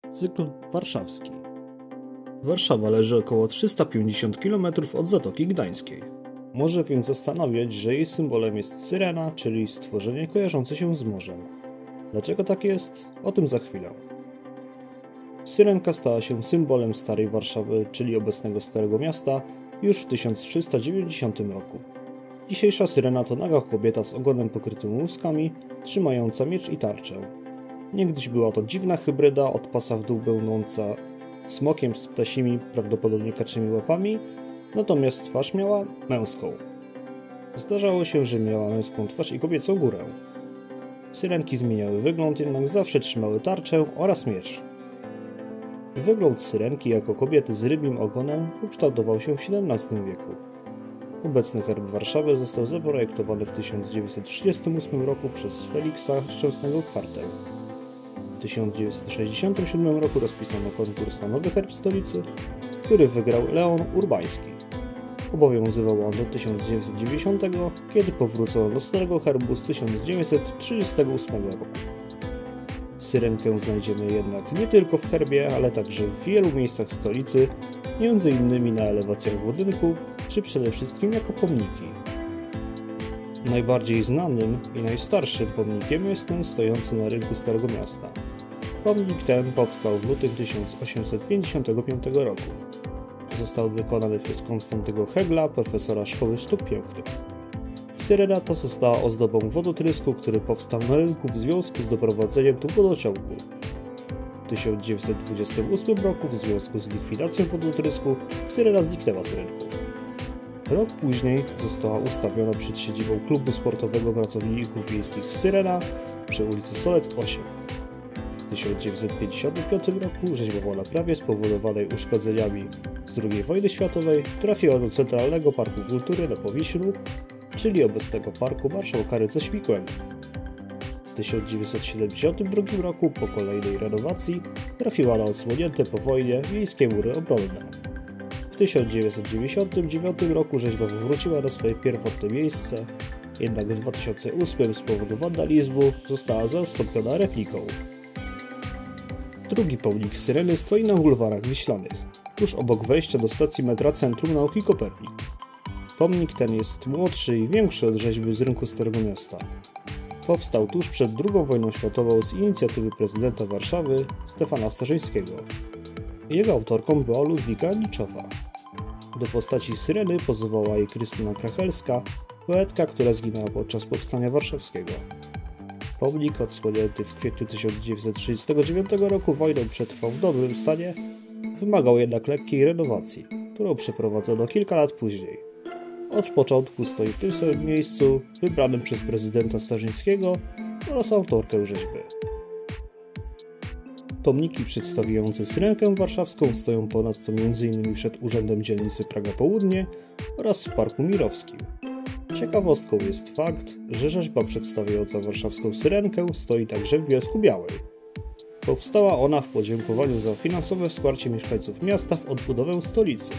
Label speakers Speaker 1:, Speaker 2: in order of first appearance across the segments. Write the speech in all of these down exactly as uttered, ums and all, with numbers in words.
Speaker 1: Cykl warszawski. Warszawa leży około trzysta pięćdziesiąt kilometrów od Zatoki Gdańskiej. Może więc zastanawiać, że jej symbolem jest syrena, czyli stworzenie kojarzące się z morzem. Dlaczego tak jest? O tym za chwilę. Syrenka stała się symbolem Starej Warszawy, czyli obecnego Starego Miasta, już w tysiąc trzysta dziewięćdziesiątym roku. Dzisiejsza syrena to naga kobieta z ogonem pokrytym łuskami, trzymająca miecz i tarczę. Niegdyś była to dziwna hybryda od pasa w dół będąca smokiem z ptasimi, prawdopodobnie kaczymi łapami, natomiast twarz miała męską. Zdarzało się, że miała męską twarz i kobiecą górę. Syrenki zmieniały wygląd, jednak zawsze trzymały tarczę oraz miecz. Wygląd syrenki jako kobiety z rybim ogonem ukształtował się w siedemnastym wieku. Obecny herb Warszawy został zaprojektowany w tysiąc dziewięćset trzydziestym ósmym roku przez Feliksa Szczęsnego Kwartę. W tysiąc dziewięćset sześćdziesiątym siódmym roku rozpisano konkurs na nowy herb stolicy, który wygrał Leon Urbański. Obowiązywał on do tysiąc dziewięćset dziewięćdziesiątego, kiedy powrócono do starego herbu z tysiąc dziewięćset trzydziestego ósmego roku. Syrenkę znajdziemy jednak nie tylko w herbie, ale także w wielu miejscach stolicy, między innymi na elewacjach budynków, czy przede wszystkim jako pomniki. Najbardziej znanym i najstarszym pomnikiem jest ten stojący na rynku Starego Miasta. Pomnik ten powstał w lutym tysiąc osiemset pięćdziesiątego piątego roku. Został wykonany przez Konstantego Hegla, profesora Szkoły Sztuk Pięknych. Syrena ta została ozdobą wodotrysku, który powstał na rynku w związku z doprowadzeniem tu wodociągu. W tysiąc dziewięćset dwudziestym ósmym roku w związku z likwidacją wodotrysku syrena zniknęła z rynku. Rok później została ustawiona przed siedzibą klubu sportowego pracowników miejskich Syrena przy ulicy Solec osiem. W tysiąc dziewięćset pięćdziesiątym piątym roku rzeźba na prawie spowodowanej uszkodzeniami z drugiej wojny światowej trafiła do Centralnego Parku Kultury na Powiślu, czyli obecnego Parku Marszałka Rydze Śmigłego. W tysiąc dziewięćset siedemdziesiątym drugim roku po kolejnej renowacji trafiła na odsłonięte po wojnie miejskie mury obronne. W tysiąc dziewięćset dziewięćdziesiątym dziewiątym roku rzeźba wróciła na swoje pierwotne miejsce, jednak w dwa tysiące ósmym z powodu wandalizmu została zastąpiona repliką. Drugi pomnik Syreny stoi na bulwarach Wiślanych, tuż obok wejścia do stacji metra Centrum Nauki Kopernik. Pomnik ten jest młodszy i większy od rzeźby z rynku Starego Miasta. Powstał tuż przed drugą wojną światową z inicjatywy prezydenta Warszawy Stefana Starzyńskiego. Jego autorką była Ludwika Niczowa. Do postaci Syreny pozowała jej Krystyna Krachelska, poetka, która zginęła podczas powstania warszawskiego. Pomnik odsłonięty w kwietniu tysiąc dziewięćset trzydziestego dziewiątego roku wojną przetrwał w dobrym stanie, wymagał jednak lekkiej renowacji, którą przeprowadzono kilka lat później. Od początku stoi w tym samym miejscu, wybranym przez prezydenta Starzyńskiego oraz autorkę rzeźby. Pomniki przedstawiające Syrenkę warszawską stoją ponadto między innymi przed Urzędem Dzielnicy Praga Południe oraz w Parku Mirowskim. Ciekawostką jest fakt, że rzeźba przedstawiająca warszawską Syrenkę stoi także w Bielsku-Białej. Powstała ona w podziękowaniu za finansowe wsparcie mieszkańców miasta w odbudowę stolicy.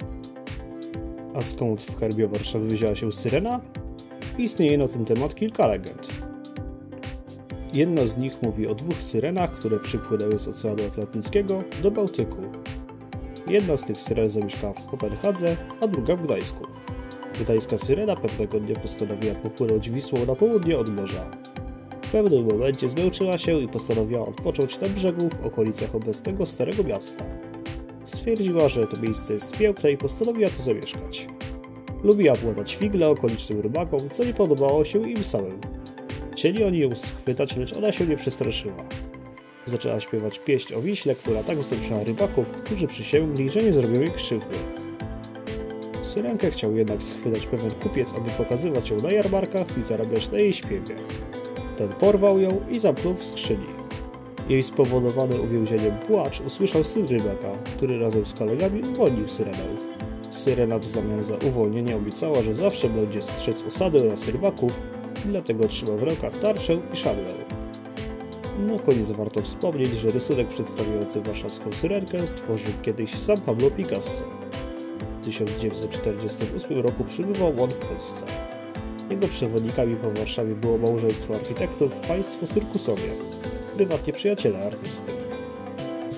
Speaker 1: A skąd w herbie Warszawy wzięła się syrena? Istnieje na ten temat kilka legend. Jedna z nich mówi o dwóch syrenach, które przypłynęły z Oceanu Atlantyckiego do Bałtyku. Jedna z tych syren zamieszkała w Kopenhadze, a druga w Gdańsku. Gdańska syrena pewnego dnia postanowiła popłynąć Wisłą na południe od morza. W pewnym momencie zmęczyła się i postanowiła odpocząć na brzegu w okolicach obecnego Starego Miasta. Stwierdziła, że to miejsce jest piękne i postanowiła tu zamieszkać. Lubiła płatać figle okolicznym rybakom, co nie podobało się im samym. Chcieli oni ją schwytać, lecz ona się nie przestraszyła. Zaczęła śpiewać pieśń o Wiśle, która tak wzruszyła rybaków, którzy przysięgli, że nie zrobią jej krzywdy. Syrenkę chciał jednak schwytać pewien kupiec, aby pokazywać ją na jarmarkach i zarabiać na jej śpiewie. Ten porwał ją i zamknął w skrzyni. Jej spowodowany uwięzieniem płacz usłyszał syn rybaka, który razem z kolegami uwolnił Syrenę. Syrena w zamian za uwolnienie obiecała, że zawsze będzie strzec osady oraz rybaków, dlatego trzymał w rękach tarczę i szablę. Na koniec warto wspomnieć, że rysunek przedstawiający warszawską Syrenkę stworzył kiedyś sam Pablo Picasso. W tysiąc dziewięćset czterdziestym ósmym roku przybywał on w Polsce. Jego przewodnikami po Warszawie było małżeństwo architektów, państwo Cyrkusowie, prywatnie przyjaciele artysty.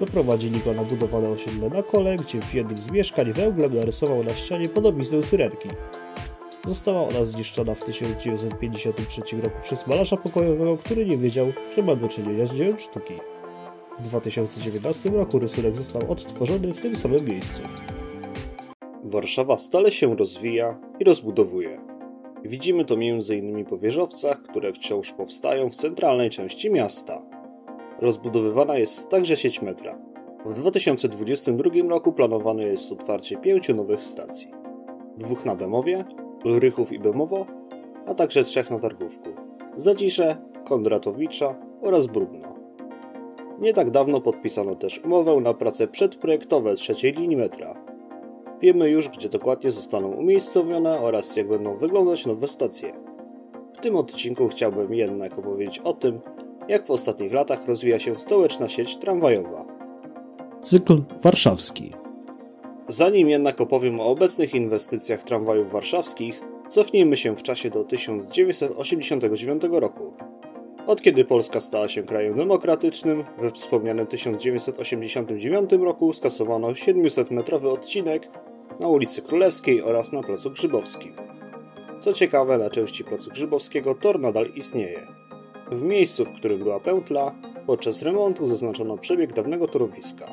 Speaker 1: zaprowadzili go na budowane osiedle na Kole, gdzie w jednym z mieszkań węglem narysował na ścianie podobiznę syrenki. Została ona zniszczona w tysiąc dziewięćset pięćdziesiątym trzecim roku przez malarza pokojowego, który nie wiedział, że ma do czynienia z dziełem sztuki. W dwa tysiące dziewiętnastym roku rysunek został odtworzony w tym samym miejscu. Warszawa stale się rozwija i rozbudowuje. Widzimy to między innymi po wieżowcach, które wciąż powstają w centralnej części miasta. Rozbudowywana jest także sieć metra. W dwa tysiące dwudziestym drugim roku planowane jest otwarcie pięciu nowych stacji. Dwóch na Bemowie, Ulrychów i Bemowo, a także trzech na Targówku: Zadzisze, Kondratowicza oraz Brudno. Nie tak dawno podpisano też umowę na prace przedprojektowe trzeciej linii metra. Wiemy już, gdzie dokładnie zostaną umiejscowione oraz jak będą wyglądać nowe stacje. W tym odcinku chciałbym jednak opowiedzieć o tym, jak w ostatnich latach rozwija się stołeczna sieć tramwajowa.
Speaker 2: Cykl warszawski.
Speaker 1: Zanim jednak opowiem o obecnych inwestycjach tramwajów warszawskich, cofnijmy się w czasie do tysiąc dziewięćset osiemdziesiątego dziewiątego roku. Od kiedy Polska stała się krajem demokratycznym, we wspomnianym tysiąc dziewięćset osiemdziesiątym dziewiątym roku skasowano siedmiosetmetrowy odcinek na ulicy Królewskiej oraz na Placu Grzybowskim. Co ciekawe, na części Placu Grzybowskiego tor nadal istnieje. W miejscu, w którym była pętla, podczas remontu zaznaczono przebieg dawnego torowiska.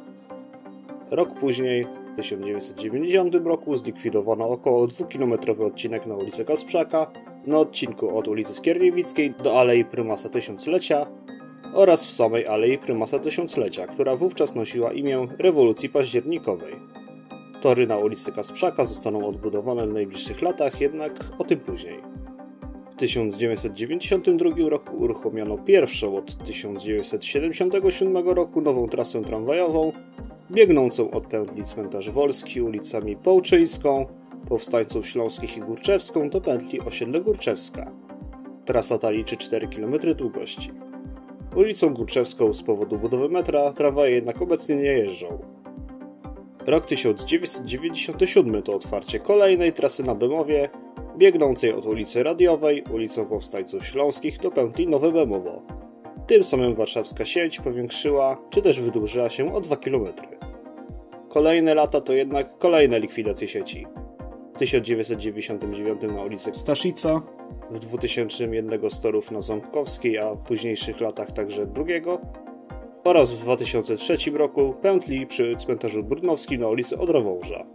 Speaker 1: Rok później, w tysiąc dziewięćset dziewięćdziesiątym roku, zlikwidowano około dwukilometrowy odcinek na ulicy Kasprzaka, na odcinku od ulicy Skierniewickiej do Alei Prymasa Tysiąclecia oraz w samej Alei Prymasa Tysiąclecia, która wówczas nosiła imię Rewolucji Październikowej. Tory na ulicy Kasprzaka zostaną odbudowane w najbliższych latach, jednak o tym później. W tysiąc dziewięćset dziewięćdziesiątym drugim roku uruchomiono pierwszą od tysiąc dziewięćset siedemdziesiątego siódmego roku nową trasę tramwajową, biegnącą od pętli Cmentarz Wolski ulicami Połczyńską, Powstańców Śląskich i Górczewską do pętli Osiedle Górczewska. Trasa ta liczy cztery kilometry długości. Ulicą Górczewską z powodu budowy metra tramwaje jednak obecnie nie jeżdżą. Rok tysiąc dziewięćset dziewięćdziesiąty siódmy to otwarcie kolejnej trasy na Bemowie, biegnącej od ulicy Radiowej, ulicą Powstańców Śląskich do pętli Nowe Bemowo. Tym samym warszawska sieć powiększyła, czy też wydłużyła się o dwa kilometry. Kolejne lata to jednak kolejne likwidacje sieci. W tysiąc dziewięćset dziewięćdziesiątym dziewiątym na ulicy Staszica, w dwutysięcznym jednego z torów na Ząbkowskiej, a w późniejszych latach także drugiego, oraz w dwa tysiące trzecim roku pętli przy cmentarzu Brudnowskim na ulicy Odra-Wąża.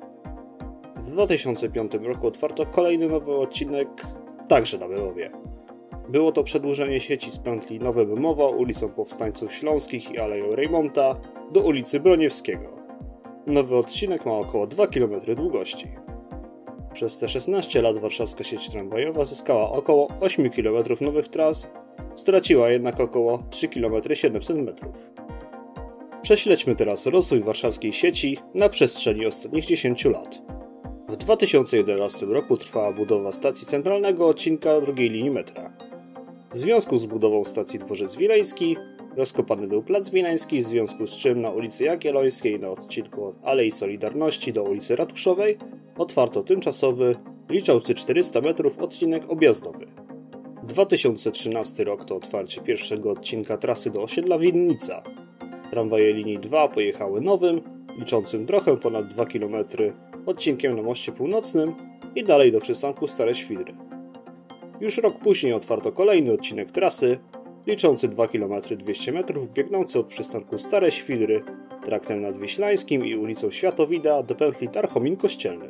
Speaker 1: W dwa tysiące piątym roku otwarto kolejny nowy odcinek, także na Bemowie. Było to przedłużenie sieci z pętli Nowe Bemowo ulicą Powstańców Śląskich i Aleją Rejmonta do ulicy Broniewskiego. Nowy odcinek ma około dwa kilometry długości. Przez te szesnaście lat warszawska sieć tramwajowa zyskała około osiem kilometrów nowych tras, straciła jednak około trzy przecinek siedemset metrów. Prześledźmy teraz rozwój warszawskiej sieci na przestrzeni ostatnich dziesięciu lat. W dwa tysiące jedenastym roku trwała budowa stacji centralnego odcinka drugiej linii metra. W związku z budową stacji Dworzec Wileński rozkopany był Plac Wileński, w związku z czym na ulicy Jagiellońskiej na odcinku od Alei Solidarności do ulicy Ratuszowej otwarto tymczasowy, liczący czterysta metrów odcinek objazdowy. dwa tysiące trzynasty rok to otwarcie pierwszego odcinka trasy do osiedla Winnica. Tramwaje linii dwa pojechały nowym, liczącym trochę ponad dwa kilometry odcinkiem na Moście Północnym i dalej do przystanku Stare Świdry. Już rok później otwarto kolejny odcinek trasy, liczący dwa przecinek dwieście metrów, biegnący od przystanku Stare Świdry traktem nadwiślańskim i ulicą Światowida do pętli Tarchomin-Kościelny.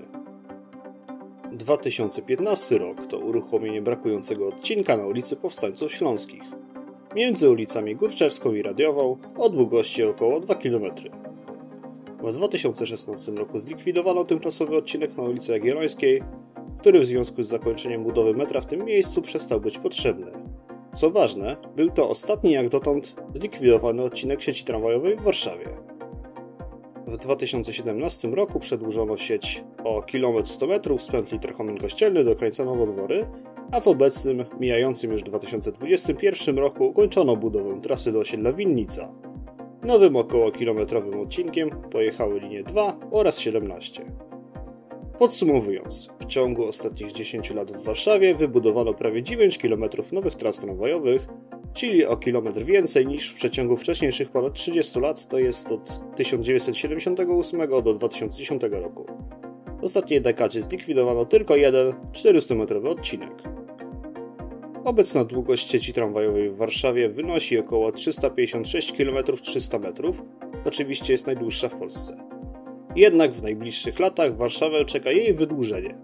Speaker 1: dwa tysiące piętnasty rok to uruchomienie brakującego odcinka na ulicy Powstańców Śląskich, między ulicami Górczewską i Radiową o długości około dwa kilometry. W dwa tysiące szesnastym roku zlikwidowano tymczasowy odcinek na ulicy Jagiellońskiej, który w związku z zakończeniem budowy metra w tym miejscu przestał być potrzebny. Co ważne, był to ostatni jak dotąd zlikwidowany odcinek sieci tramwajowej w Warszawie. W dwa tysiące siedemnastym roku przedłużono sieć o kilometr sto metrów z pętli Tarchomin-Kościelny do krańca Nowodwory, a w obecnym, mijającym już dwa tysiące dwudziestym pierwszym roku ukończono budowę trasy do osiedla Winnica. Nowym około kilometrowym odcinkiem pojechały linie dwa oraz siedemnaście. Podsumowując, w ciągu ostatnich dziesięciu lat w Warszawie wybudowano prawie dziewięć kilometrów nowych tras tramwajowych, czyli o kilometr więcej niż w przeciągu wcześniejszych ponad trzydziestu lat, to jest od tysiąc dziewięćset siedemdziesiątego ósmego do dwa tysiące dziesiątego roku. W ostatniej dekadzie zlikwidowano tylko jeden czterystumetrowy odcinek. Obecna długość sieci tramwajowej w Warszawie wynosi około trzysta pięćdziesiąt sześć kilometrów trzysta metrów, oczywiście jest najdłuższa w Polsce. Jednak w najbliższych latach Warszawę czeka jej wydłużenie.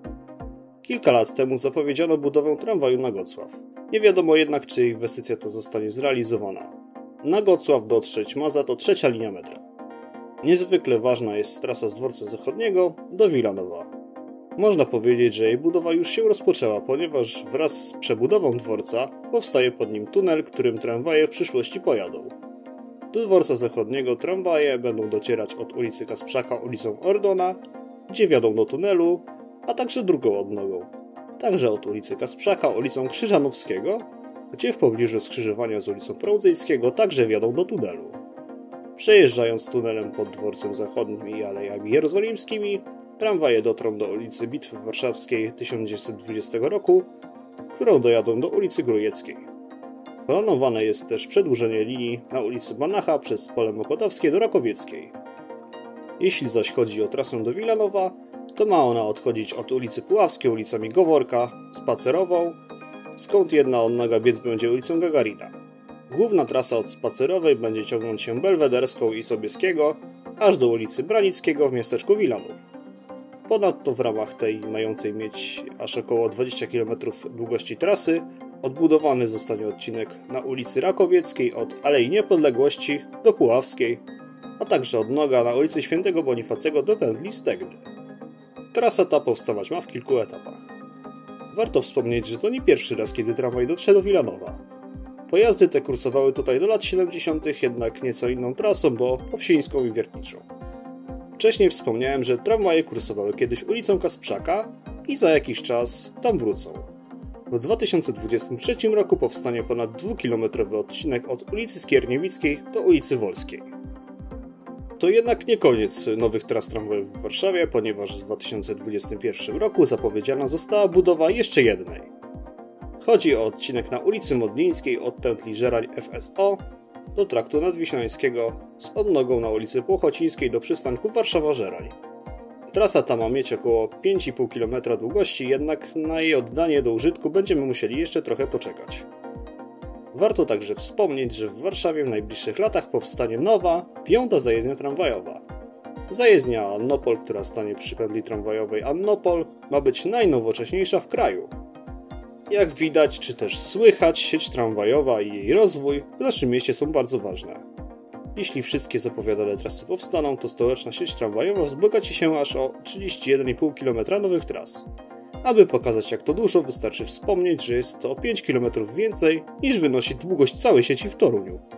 Speaker 1: Kilka lat temu zapowiedziano budowę tramwaju na Gocław. Nie wiadomo jednak, czy inwestycja ta zostanie zrealizowana. Na Gocław dotrzeć ma za to trzecia linia metra. Niezwykle ważna jest trasa z dworca zachodniego do Wilanowa. Można powiedzieć, że jej budowa już się rozpoczęła, ponieważ wraz z przebudową dworca powstaje pod nim tunel, którym tramwaje w przyszłości pojadą. Do dworca zachodniego tramwaje będą docierać od ulicy Kasprzaka ulicą Ordona, gdzie wjadą do tunelu, a także drugą odnogą. Także od ulicy Kasprzaka ulicą Krzyżanowskiego, gdzie w pobliżu skrzyżowania z ulicą Prądzyjskiego także wjadą do tunelu. Przejeżdżając tunelem pod dworcem zachodnim i alejami jerozolimskimi, tramwaje dotrą do ulicy Bitwy Warszawskiej tysiąc dziewięćset dwudziestego roku, którą dojadą do ulicy Grujeckiej. Planowane jest też przedłużenie linii na ulicy Banacha przez Pole Mokotowskie do Rakowieckiej. Jeśli zaś chodzi o trasę do Wilanowa, to ma ona odchodzić od ulicy Puławskiej ulicami Goworka, Spacerową, skąd jedna odnoga biec będzie ulicą Gagarina. Główna trasa od Spacerowej będzie ciągnąć się Belwederską i Sobieskiego, aż do ulicy Branickiego w miasteczku Wilanów. Ponadto w ramach tej mającej mieć aż około dwadzieścia kilometrów długości trasy odbudowany zostanie odcinek na ulicy Rakowieckiej od Alei Niepodległości do Puławskiej, a także odnoga na ulicy Świętego Bonifacego do pętli Stegny. Trasa ta powstawać ma w kilku etapach. Warto wspomnieć, że to nie pierwszy raz, kiedy tramwaj dotrze do Wilanowa. Pojazdy te kursowały tutaj do lat siedemdziesiątych, jednak nieco inną trasą, bo Powsińską i Wiertniczą. Wcześniej wspomniałem, że tramwaje kursowały kiedyś ulicą Kasprzaka i za jakiś czas tam wrócą. W dwa tysiące dwudziestym trzecim roku powstanie ponad dwukilometrowy odcinek od ulicy Skierniewickiej do ulicy Wolskiej. To jednak nie koniec nowych tras tramwajowych w Warszawie, ponieważ w dwa tysiące dwudziestym pierwszym roku zapowiedziana została budowa jeszcze jednej. Chodzi o odcinek na ulicy Modlińskiej od pętli Żerań F S O do traktu nadwiślańskiego z odnogą na ulicy Płochocińskiej do przystanku Warszawa-Żerań. Trasa ta ma mieć około pięć i pół kilometra długości, jednak na jej oddanie do użytku będziemy musieli jeszcze trochę poczekać. Warto także wspomnieć, że w Warszawie w najbliższych latach powstanie nowa, piąta zajezdnia tramwajowa. Zajezdnia Annopol, która stanie przy pętli tramwajowej Annopol, ma być najnowocześniejsza w kraju. Jak widać, czy też słychać, sieć tramwajowa i jej rozwój w naszym mieście są bardzo ważne. Jeśli wszystkie zapowiadane trasy powstaną, to stołeczna sieć tramwajowa wzbogaci się aż o trzydzieści jeden i pół kilometra nowych tras. Aby pokazać, jak to dużo, wystarczy wspomnieć, że jest to o pięć kilometrów więcej niż wynosi długość całej sieci w Toruniu.